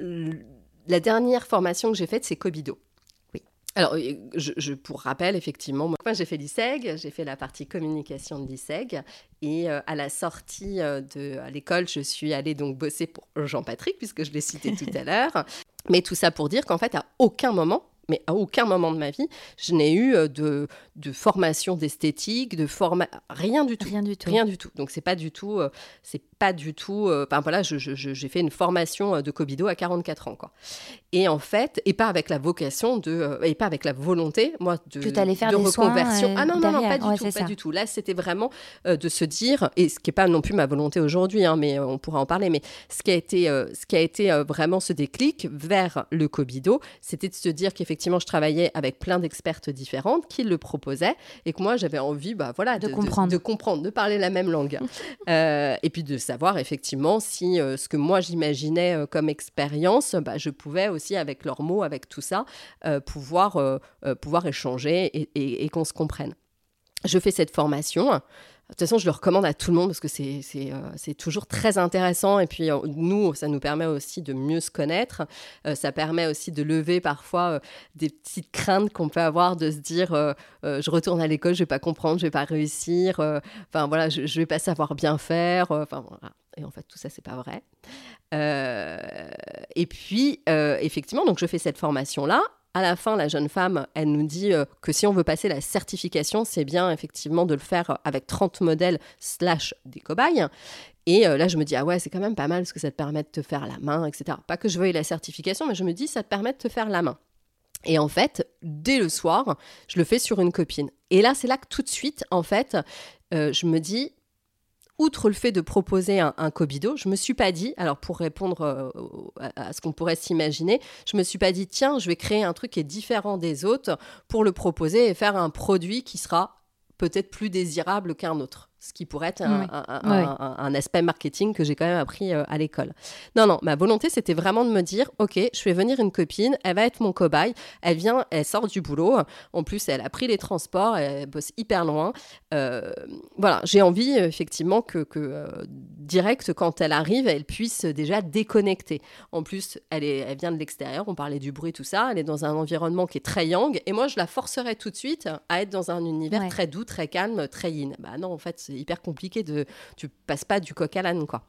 la dernière formation que j'ai faite, c'est Kobido. Oui. Alors, je, je, pour rappel, effectivement, moi, j'ai fait l'I S E G, j'ai fait la partie communication de l'I S E G. Et euh, à la sortie de à l'école, je suis allée donc bosser pour Jean-Patrick, puisque je l'ai cité tout à l'heure. Mais tout ça pour dire qu'en fait, à aucun moment, mais à aucun moment de ma vie, je n'ai eu de, de formation d'esthétique, de forma... rien du tout. Rien du tout. Rien du tout. Donc, c'est pas du tout... Euh, c'est pas du tout... Enfin, euh, voilà, je, je, j'ai fait une formation de Kobido à quarante-quatre ans, quoi. Et en fait, et pas avec la vocation de... Euh, et pas avec la volonté, moi, de, tu t'allais faire de des reconversion. Soins, euh, ah non, non, derrière. non, pas du ouais, tout, pas ça. du tout. Là, c'était vraiment euh, de se dire, et ce qui n'est pas non plus ma volonté aujourd'hui, hein, mais euh, on pourra en parler, mais ce qui a été, euh, ce qui a été euh, vraiment ce déclic vers le Kobido, c'était de se dire qu'effectivement, je travaillais avec plein d'expertes différentes qui le proposaient et que moi, j'avais envie bah, voilà, de, de, comprendre. De, de comprendre, de parler la même langue. euh, et puis de savoir effectivement si euh, ce que moi, j'imaginais euh, comme expérience, bah, je pouvais aussi, avec leurs mots, avec tout ça, euh, pouvoir, euh, euh, pouvoir échanger et, et, et qu'on se comprenne. Je fais cette formation. De toute façon, je le recommande à tout le monde parce que c'est, c'est, euh, c'est toujours très intéressant. Et puis, euh, nous, ça nous permet aussi de mieux se connaître. Euh, ça permet aussi de lever parfois euh, des petites craintes qu'on peut avoir de se dire euh, euh, je retourne à l'école, je ne vais pas comprendre, je ne vais pas réussir. Euh, enfin, voilà, je ne vais pas savoir bien faire. Enfin, euh, voilà. Et en fait, tout ça, ce n'est pas vrai. Euh, et puis, euh, effectivement, donc je fais cette formation-là. À la fin, la jeune femme, elle nous dit euh, que si on veut passer la certification, c'est bien effectivement de le faire avec trente modèles slash des cobayes. Et euh, là, je me dis, ah ouais, c'est quand même pas mal parce que ça te permet de te faire la main, et cetera. Pas que je veuille la certification, mais je me dis, ça te permet de te faire la main. Et en fait, dès le soir, je le fais sur une copine. Et là, c'est là que tout de suite, en fait, euh, je me dis, outre le fait de proposer un, un cobido, je me suis pas dit, alors pour répondre euh, à, à ce qu'on pourrait s'imaginer, je me suis pas dit, tiens, je vais créer un truc qui est différent des autres pour le proposer et faire un produit qui sera peut-être plus désirable qu'un autre. Ce qui pourrait être un, oui. un, un, oui. un, un aspect marketing que j'ai quand même appris euh, à l'école. Non, non, ma volonté, c'était vraiment de me dire, OK, je fais venir une copine, elle va être mon cobaye, elle vient, elle sort du boulot, en plus, elle a pris les transports, elle bosse hyper loin. Euh, voilà, j'ai envie, effectivement, que, que euh, direct, quand elle arrive, elle puisse déjà déconnecter. En plus, elle, est, elle vient de l'extérieur, on parlait du bruit, tout ça, elle est dans un environnement qui est très yang, et moi, je la forcerais tout de suite à être dans un univers ouais. très doux, très calme, très yin. Bah non, en fait, c'est hyper compliqué, de, tu passes pas du coq à l'âne, quoi.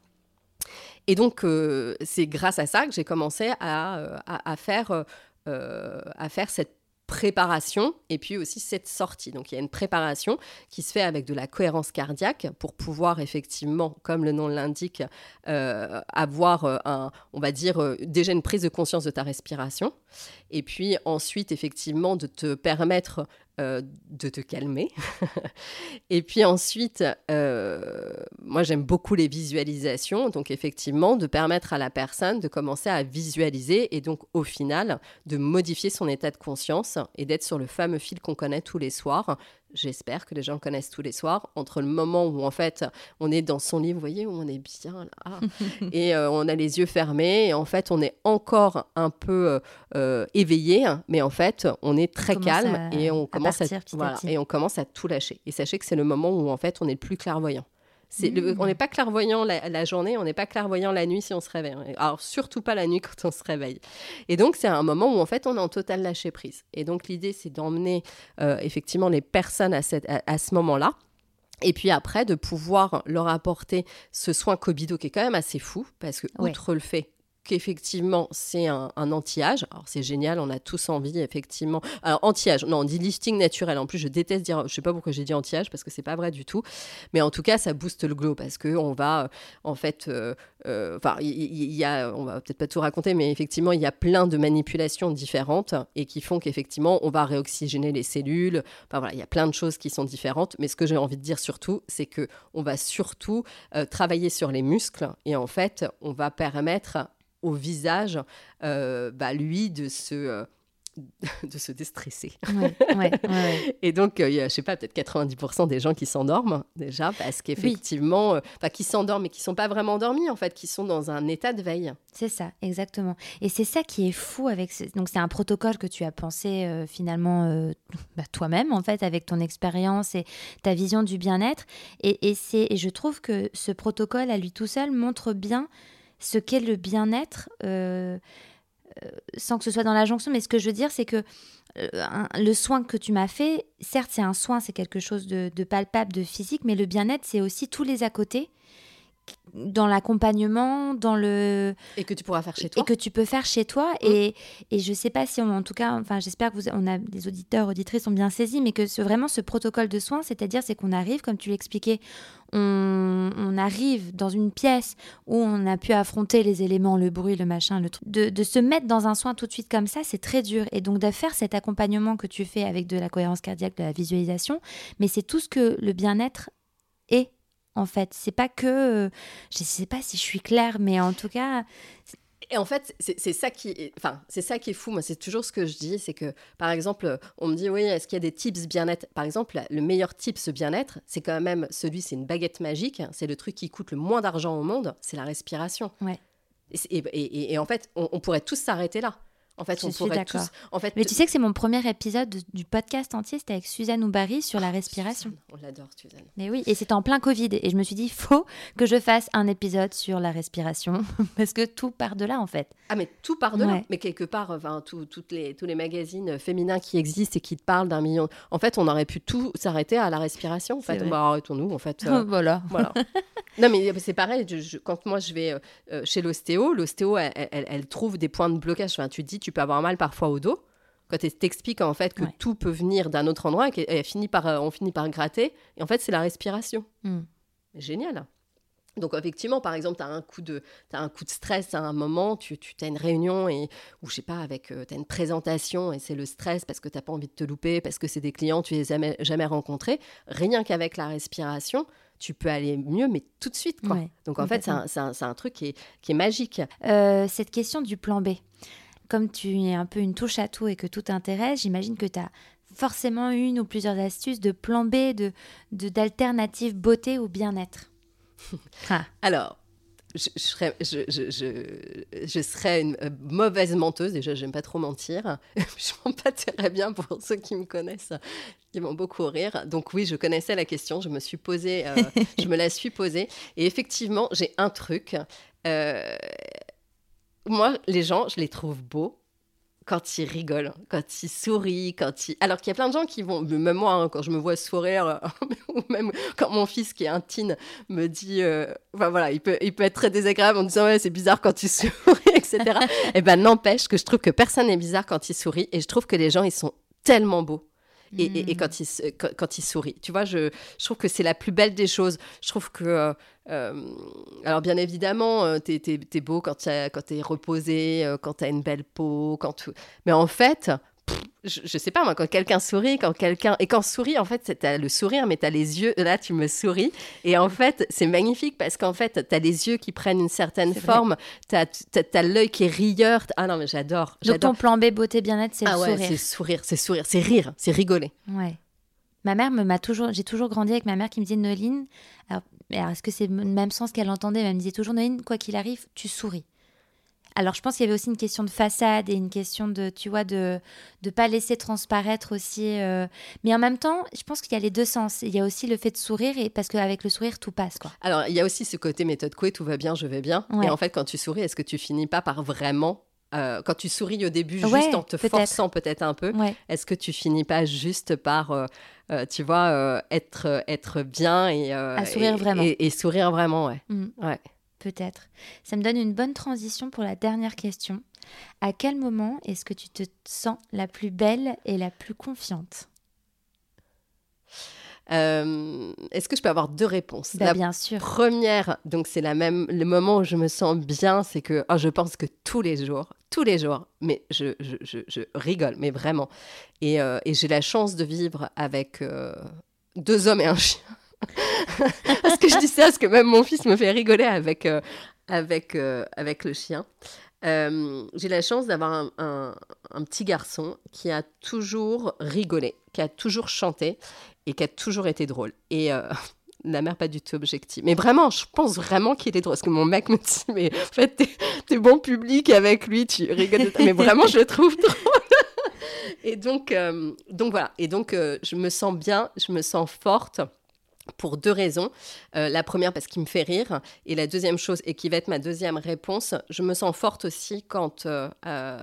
Et donc, euh, c'est grâce à ça que j'ai commencé à, à, à, faire, euh, à faire cette préparation et puis aussi cette sortie. Donc, il y a une préparation qui se fait avec de la cohérence cardiaque pour pouvoir effectivement, comme le nom l'indique, euh, avoir un, on va dire, déjà une prise de conscience de ta respiration. Et puis ensuite, effectivement, de te permettre euh, de te calmer. Et puis ensuite, euh, moi, j'aime beaucoup les visualisations. Donc, effectivement, de permettre à la personne de commencer à visualiser et donc, au final, de modifier son état de conscience et d'être sur le fameux fil qu'on connaît tous les soirs. J'espère que les gens le connaissent tous les soirs, entre le moment où, en fait, on est dans son lit, vous voyez, où on est bien là, et euh, on a les yeux fermés, et en fait, on est encore un peu euh, éveillé, mais en fait, on est très on calme, à, et, on commence à, à voilà, et on commence à tout lâcher. Et sachez que c'est le moment où, en fait, on est le plus clairvoyant. C'est mmh. le, on n'est pas clairvoyant la, la journée, on n'est pas clairvoyant la nuit si on se réveille. Alors, surtout pas la nuit quand on se réveille. Et donc, c'est un moment où, en fait, on est en total lâcher-prise. Et donc, l'idée, c'est d'emmener, euh, effectivement, les personnes à, cette, à, à ce moment-là. Et puis après, de pouvoir leur apporter ce soin cobido qui est quand même assez fou, parce que, ouais. outre le fait qu'effectivement, c'est un, un anti-âge. Alors, c'est génial, on a tous envie, effectivement. Alors, anti-âge, non, on dit lifting naturel. En plus, je déteste dire, je sais pas pourquoi j'ai dit anti-âge, parce que c'est pas vrai du tout. Mais en tout cas, ça booste le glow, parce qu'on va, euh, en fait, euh, euh, enfin, il y, y a, on va peut-être pas tout raconter, mais effectivement, il y a plein de manipulations différentes et qui font qu'effectivement, on va réoxygéner les cellules. Enfin, voilà, il y a plein de choses qui sont différentes. Mais ce que j'ai envie de dire surtout, c'est que on va surtout euh, travailler sur les muscles et en fait, on va permettre au visage, euh, bah, lui, de se, euh, de se déstresser. Ouais, ouais, ouais. Et donc, il euh, y a, je sais pas, peut-être quatre-vingt-dix pour cent des gens qui s'endorment, déjà, parce qu'effectivement, oui. euh, qui s'endorment, mais qui sont pas vraiment endormis, en fait, qui sont dans un état de veille. C'est ça, exactement. Et c'est ça qui est fou avec... Ce... Donc, c'est un protocole que tu as pensé, euh, finalement, euh, bah, toi-même, en fait, avec ton expérience et ta vision du bien-être. Et, et, c'est... et je trouve que ce protocole, à lui tout seul, montre bien ce qu'est le bien-être, euh, euh, sans que ce soit dans la jonction. Mais ce que je veux dire, c'est que euh, un, le soin que tu m'as fait, certes, c'est un soin, c'est quelque chose de, de palpable, de physique, mais le bien-être, c'est aussi tous les à côté, dans l'accompagnement, dans le... Et que tu pourras faire chez toi. Et que tu peux faire chez toi. Mmh. Et, et je ne sais pas si, on, en tout cas, enfin, j'espère que vous, on a, les auditeurs, auditrices ont bien saisi, mais que ce, vraiment ce protocole de soins, c'est-à-dire c'est qu'on arrive, comme tu l'expliquais, on, on arrive dans une pièce où on a pu affronter les éléments, le bruit, le machin, le truc. De, de se mettre dans un soin tout de suite comme ça, c'est très dur. Et donc de faire cet accompagnement que tu fais avec de la cohérence cardiaque, de la visualisation, mais c'est tout ce que le bien-être est. En fait, c'est pas que... Euh, je sais pas si je suis claire, mais en tout cas... Et en fait, c'est, c'est, ça qui est, enfin, c'est ça qui est fou. Moi, c'est toujours ce que je dis, c'est que, par exemple, on me dit, oui, est-ce qu'il y a des tips bien-être ? Par exemple, le meilleur tips bien-être, c'est quand même celui, c'est une baguette magique, c'est le truc qui coûte le moins d'argent au monde, c'est la respiration. Ouais. Et, et, et, et en fait, on, on pourrait tous s'arrêter là. En fait, je on suis pourrait d'accord. tous... En fait, mais tu sais que c'est mon premier épisode du podcast entier, c'était avec Suzanne Oubary sur la respiration. Suzanne, on l'adore, Suzanne. Mais oui, et c'était en plein Covid. Et je me suis dit, il faut que je fasse un épisode sur la respiration, parce que tout part de là, en fait. Ah, mais tout part de ouais. là. Mais quelque part, enfin, tout, toutes les, tous les magazines féminins qui existent et qui te parlent d'un million... En fait, on aurait pu tout s'arrêter à la respiration. En fait, bah, arrêtons-nous, en fait. Euh... voilà. voilà. Non, mais c'est pareil. Je, je, quand moi, je vais euh, chez l'ostéo, l'ostéo, elle, elle, elle trouve des points de blocage. Enfin, tu te dis, tu peux avoir mal parfois au dos. Quand elle t'explique en fait que ouais. tout peut venir d'un autre endroit et qu'elle finit par, euh, on finit par gratter. Et en fait, c'est la respiration. Mm. Génial. Donc, effectivement, par exemple, tu as un coup de, t'as un coup de stress à un moment, tu, tu as une réunion et, ou je sais pas, avec, euh, tu as une présentation et c'est le stress parce que tu n'as pas envie de te louper, parce que c'est des clients que tu les as jamais, jamais rencontrés. Rien qu'avec la respiration, tu peux aller mieux, mais tout de suite, quoi. Ouais, Donc, en fait, c'est un, c'est, un, c'est un truc qui est, qui est magique. Euh, cette question du plan B, comme tu es un peu une touche à tout et que tout t'intéresse, j'imagine que tu as forcément une ou plusieurs astuces de plan B, de, de, d'alternatives beauté ou bien-être. Ah. Alors, je, je, serais, je, je, je, je serais une mauvaise menteuse. Déjà, j'aime pas trop mentir. Je m'en pâtirais bien pour ceux qui me connaissent, qui vont beaucoup rire. Donc oui, je connaissais la question. Je me suis posée, euh, je me la suis posée. Et effectivement, j'ai un truc. Euh, moi, les gens, je les trouve beaux quand ils rigolent, quand ils sourient, quand ils... Alors qu'il y a plein de gens qui vont... Même moi, hein, quand je me vois sourire, ou même quand mon fils, qui est un teen, me dit... Euh... Enfin voilà, il peut, il peut être très désagréable en disant « Ouais, c'est bizarre quand tu souris, et cetera » Eh bien, n'empêche que je trouve que personne n'est bizarre quand il sourit. Et je trouve que les gens, ils sont tellement beaux. Et, mmh. et, et quand, il, quand, quand il sourit. Tu vois, je, je trouve que c'est la plus belle des choses. Je trouve que... Euh, euh, alors, bien évidemment, euh, t'es, t'es, t'es beau quand, quand t'es reposé, euh, quand t'as une belle peau, quand tout... Mais en fait... Je, je sais pas moi, quand quelqu'un sourit, quand quelqu'un... Et quand sourit, en fait, t'as le sourire, mais t'as les yeux... Là, tu me souris. Et en fait, c'est magnifique parce qu'en fait, t'as les yeux qui prennent une certaine c'est forme. T'as, t'as, t'as l'œil qui est rieur. Ah non, mais j'adore. j'adore. Donc ton plan B beauté bien-être, c'est ah le ouais, sourire. c'est sourire, c'est sourire, c'est rire, c'est rigoler. Ouais. Ma mère me m'a toujours... J'ai toujours grandi avec ma mère qui me disait « Noéline... » Alors, alors, est-ce que c'est le même sens qu'elle entendait? Elle me disait toujours « Noéline, quoi qu'il arrive, tu souris. » Alors, je pense qu'il y avait aussi une question de façade et une question de, tu vois, de ne pas laisser transparaître aussi. Euh... Mais en même temps, je pense qu'il y a les deux sens. Il y a aussi le fait de sourire, et parce qu'avec le sourire, tout passe, quoi. Alors, il y a aussi ce côté méthode Coué, tout va bien, je vais bien. Ouais. Et en fait, quand tu souris, est-ce que tu finis pas par vraiment... Euh, quand tu souris au début, juste ouais, en te peut-être. forçant peut-être un peu, ouais. Est-ce que tu finis pas juste par, euh, euh, tu vois, euh, être, être bien et... Euh, à sourire et, vraiment. Et, et sourire vraiment, ouais. Mmh. Ouais. Peut-être. Ça me donne une bonne transition pour la dernière question. À quel moment est-ce que tu te sens la plus belle et la plus confiante ? Euh, est-ce que je peux avoir deux réponses ? Bah, La bien sûr. Première, donc c'est la même, le moment où je me sens bien, c'est que oh, je pense que tous les jours, tous les jours, mais je, je, je, je rigole, mais vraiment. Et, euh, et j'ai la chance de vivre avec euh, deux hommes et un chien. Parce que je dis ça, parce que même mon fils me fait rigoler avec, euh, avec, euh, avec le chien. Euh, j'ai la chance d'avoir un, un, un petit garçon qui a toujours rigolé, qui a toujours chanté et qui a toujours été drôle. Et euh, la mère pas du tout objective. Mais vraiment, je pense vraiment qu'il est drôle. Parce que mon mec me dit, mais en fait, t'es, t'es bon public avec lui, tu rigoles. Mais vraiment, je le trouve drôle. Et donc, euh, donc voilà. Et donc, euh, je me sens bien, je me sens forte. Pour deux raisons. Euh, la première, parce qu'il me fait rire. Et la deuxième chose, et qui va être ma deuxième réponse, je me sens forte aussi quand... Euh, euh,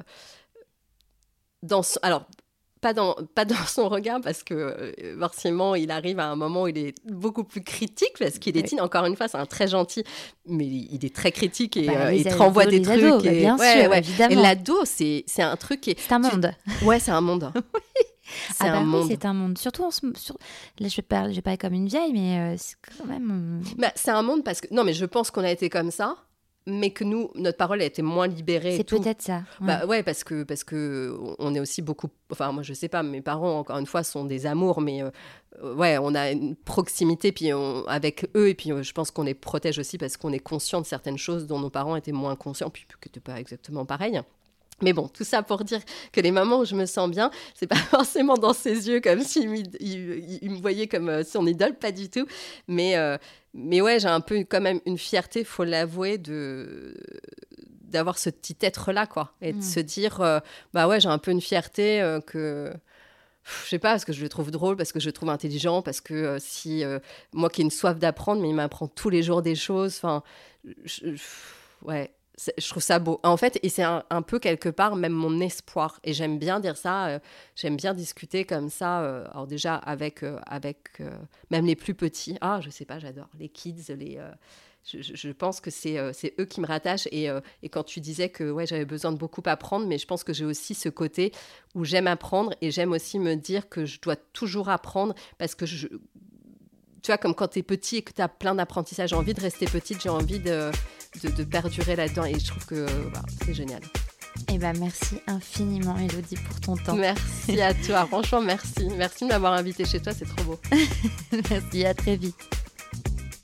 dans son, alors, pas dans, pas dans son regard, parce que euh, forcément, il arrive à un moment où il est beaucoup plus critique, parce qu'il est teen. Encore une fois, c'est un très gentil, mais il est très critique et bah, euh, il te renvoie des trucs. Ados, et, bah, bien ouais, sûr, ouais. évidemment. Et l'ado, c'est, c'est un truc qui est... C'est un monde. Tu... Ouais, c'est un monde. C'est ah bah un oui, monde. C'est un monde. Surtout, en ce... sur... là, je vais parler, je vais parler comme une vieille, mais euh, c'est quand même... Bah, c'est un monde parce que... Non, mais je pense qu'on a été comme ça, mais que nous, notre parole a été moins libérée. C'est et tout. peut-être ça. Ouais, bah, ouais parce, que, parce que on est aussi beaucoup... Enfin, moi, je sais pas, mes parents, encore une fois, sont des amours, mais euh, ouais, on a une proximité puis on... avec eux, et puis euh, je pense qu'on les protège aussi parce qu'on est conscient de certaines choses dont nos parents étaient moins conscients, puis que c'était pas exactement pareil. Mais bon, tout ça pour dire que les moments où je me sens bien, c'est pas forcément dans ses yeux comme s'il il, il, il me voyait comme euh, son idole, pas du tout. Mais, euh, mais ouais, j'ai un peu quand même une fierté, faut l'avouer, de, d'avoir ce petit être-là, quoi. Et de mmh. se dire, euh, bah ouais, j'ai un peu une fierté euh, que... Je sais pas, parce que je le trouve drôle, parce que je le trouve intelligent, parce que euh, si... Euh, moi qui ai une soif d'apprendre, mais il m'apprend tous les jours des choses, enfin... Ouais... C'est, je trouve ça beau. En fait, et c'est un, un peu quelque part même mon espoir. Et j'aime bien dire ça, euh, j'aime bien discuter comme ça. Euh, alors déjà avec, euh, avec euh, même les plus petits. Ah, je sais pas, j'adore. Les kids, les, euh, je, je pense que c'est, euh, c'est eux qui me rattachent. Et, euh, et quand tu disais que ouais, j'avais besoin de beaucoup apprendre, mais je pense que j'ai aussi ce côté où j'aime apprendre et j'aime aussi me dire que je dois toujours apprendre parce que je... Tu vois, comme quand t'es petit et que t'as plein d'apprentissage, j'ai envie de rester petite, j'ai envie de, de, de perdurer là-dedans. Et je trouve que bah, c'est génial. Eh ben, merci infiniment, Élodie, pour ton temps. Merci à toi. Franchement, merci. Merci de m'avoir invitée chez toi, c'est trop beau. Merci, à très vite.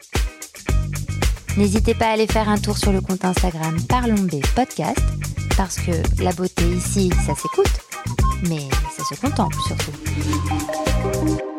N'hésitez pas à aller faire un tour sur le compte Instagram Parlons B Podcast, parce que la beauté ici, ça s'écoute, mais ça se contemple surtout.